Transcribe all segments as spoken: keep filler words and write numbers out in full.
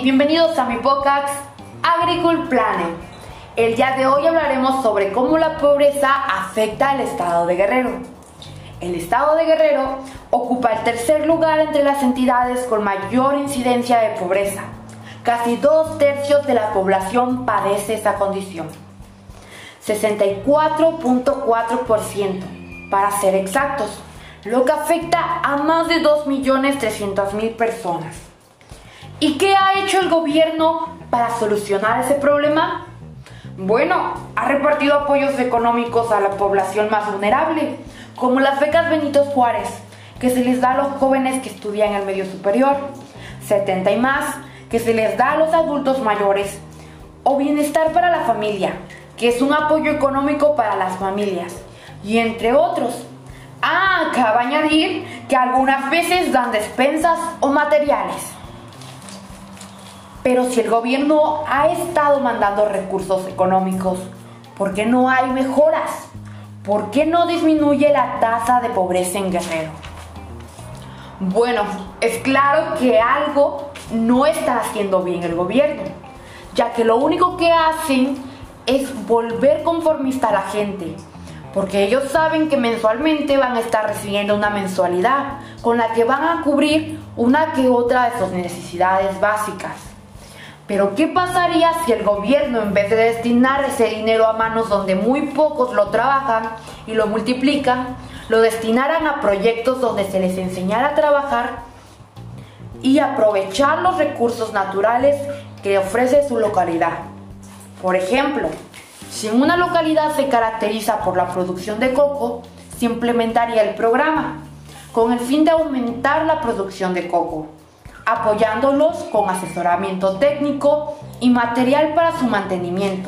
bienvenidos a mi podcast AgriculPlanet. El día de hoy hablaremos sobre cómo la pobreza afecta al estado de Guerrero. El estado de Guerrero ocupa el tercer lugar entre las entidades con mayor incidencia de pobreza. Casi dos tercios de la población padece esa condición. sesenta y cuatro punto cuatro por ciento, para ser exactos, lo que afecta a más de dos millones trescientas mil personas. ¿Y qué ha hecho el gobierno para solucionar ese problema? Bueno, ha repartido apoyos económicos a la población más vulnerable, como las becas Benito Juárez, que se les da a los jóvenes que estudian el medio superior, setenta y más, que se les da a los adultos mayores, o Bienestar para la Familia, que es un apoyo económico para las familias, y entre otros. Ah, cabe añadir que algunas veces dan despensas o materiales. Pero si el gobierno ha estado mandando recursos económicos, ¿por qué no hay mejoras? ¿Por qué no disminuye la tasa de pobreza en Guerrero? Bueno, es claro que algo no está haciendo bien el gobierno, ya que lo único que hacen es volver conformista a la gente, porque ellos saben que mensualmente van a estar recibiendo una mensualidad con la que van a cubrir una que otra de sus necesidades básicas. Pero ¿qué pasaría si el gobierno, en vez de destinar ese dinero a manos donde muy pocos lo trabajan y lo multiplican, lo destinaran a proyectos donde se les enseñara a trabajar y aprovechar los recursos naturales que ofrece su localidad? Por ejemplo, si en una localidad se caracteriza por la producción de coco, se implementaría el programa con el fin de aumentar la producción de coco, apoyándolos con asesoramiento técnico y material para su mantenimiento.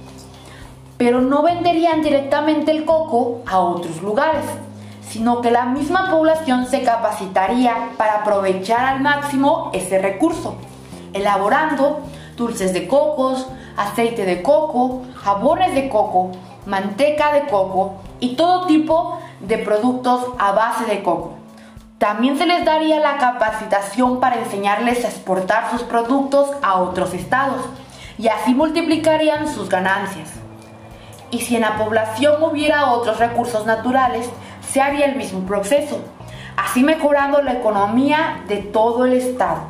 Pero no venderían directamente el coco a otros lugares, sino que la misma población se capacitaría para aprovechar al máximo ese recurso, elaborando dulces de cocos, aceite de coco, jabones de coco, manteca de coco y todo tipo de productos a base de coco. También se les daría la capacitación para enseñarles a exportar sus productos a otros estados y así multiplicarían sus ganancias. Y si en la población hubiera otros recursos naturales, se haría el mismo proceso, así mejorando la economía de todo el estado.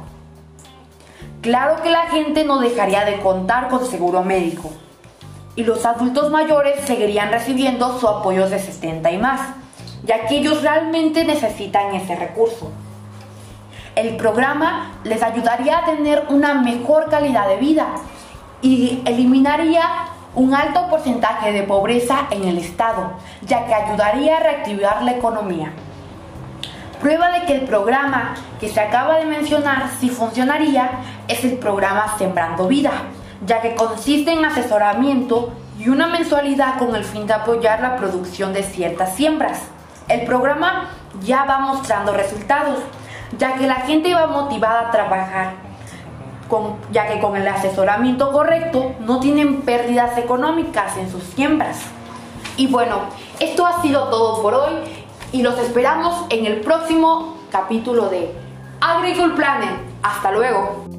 Claro que la gente no dejaría de contar con seguro médico y los adultos mayores seguirían recibiendo su apoyo de setenta y más, ya que ellos realmente necesitan ese recurso. El programa les ayudaría a tener una mejor calidad de vida y eliminaría un alto porcentaje de pobreza en el estado, ya que ayudaría a reactivar la economía. Prueba de que el programa que se acaba de mencionar sí funcionaría es el programa Sembrando Vida, ya que consiste en asesoramiento y una mensualidad con el fin de apoyar la producción de ciertas siembras. El programa ya va mostrando resultados, ya que la gente va motivada a trabajar, con, ya que con el asesoramiento correcto no tienen pérdidas económicas en sus siembras. Y bueno, esto ha sido todo por hoy y los esperamos en el próximo capítulo de AgriculPlanet. Hasta luego.